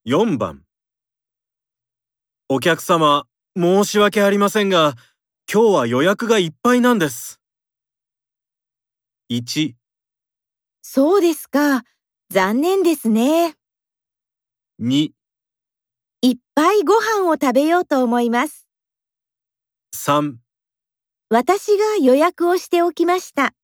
4番。お客様、申し訳ありませんが、今日は予約がいっぱいなんです。1、 そうですか。残念ですね。 2、 いっぱいご飯を食べようと思います。 3 私が予約をしておきました。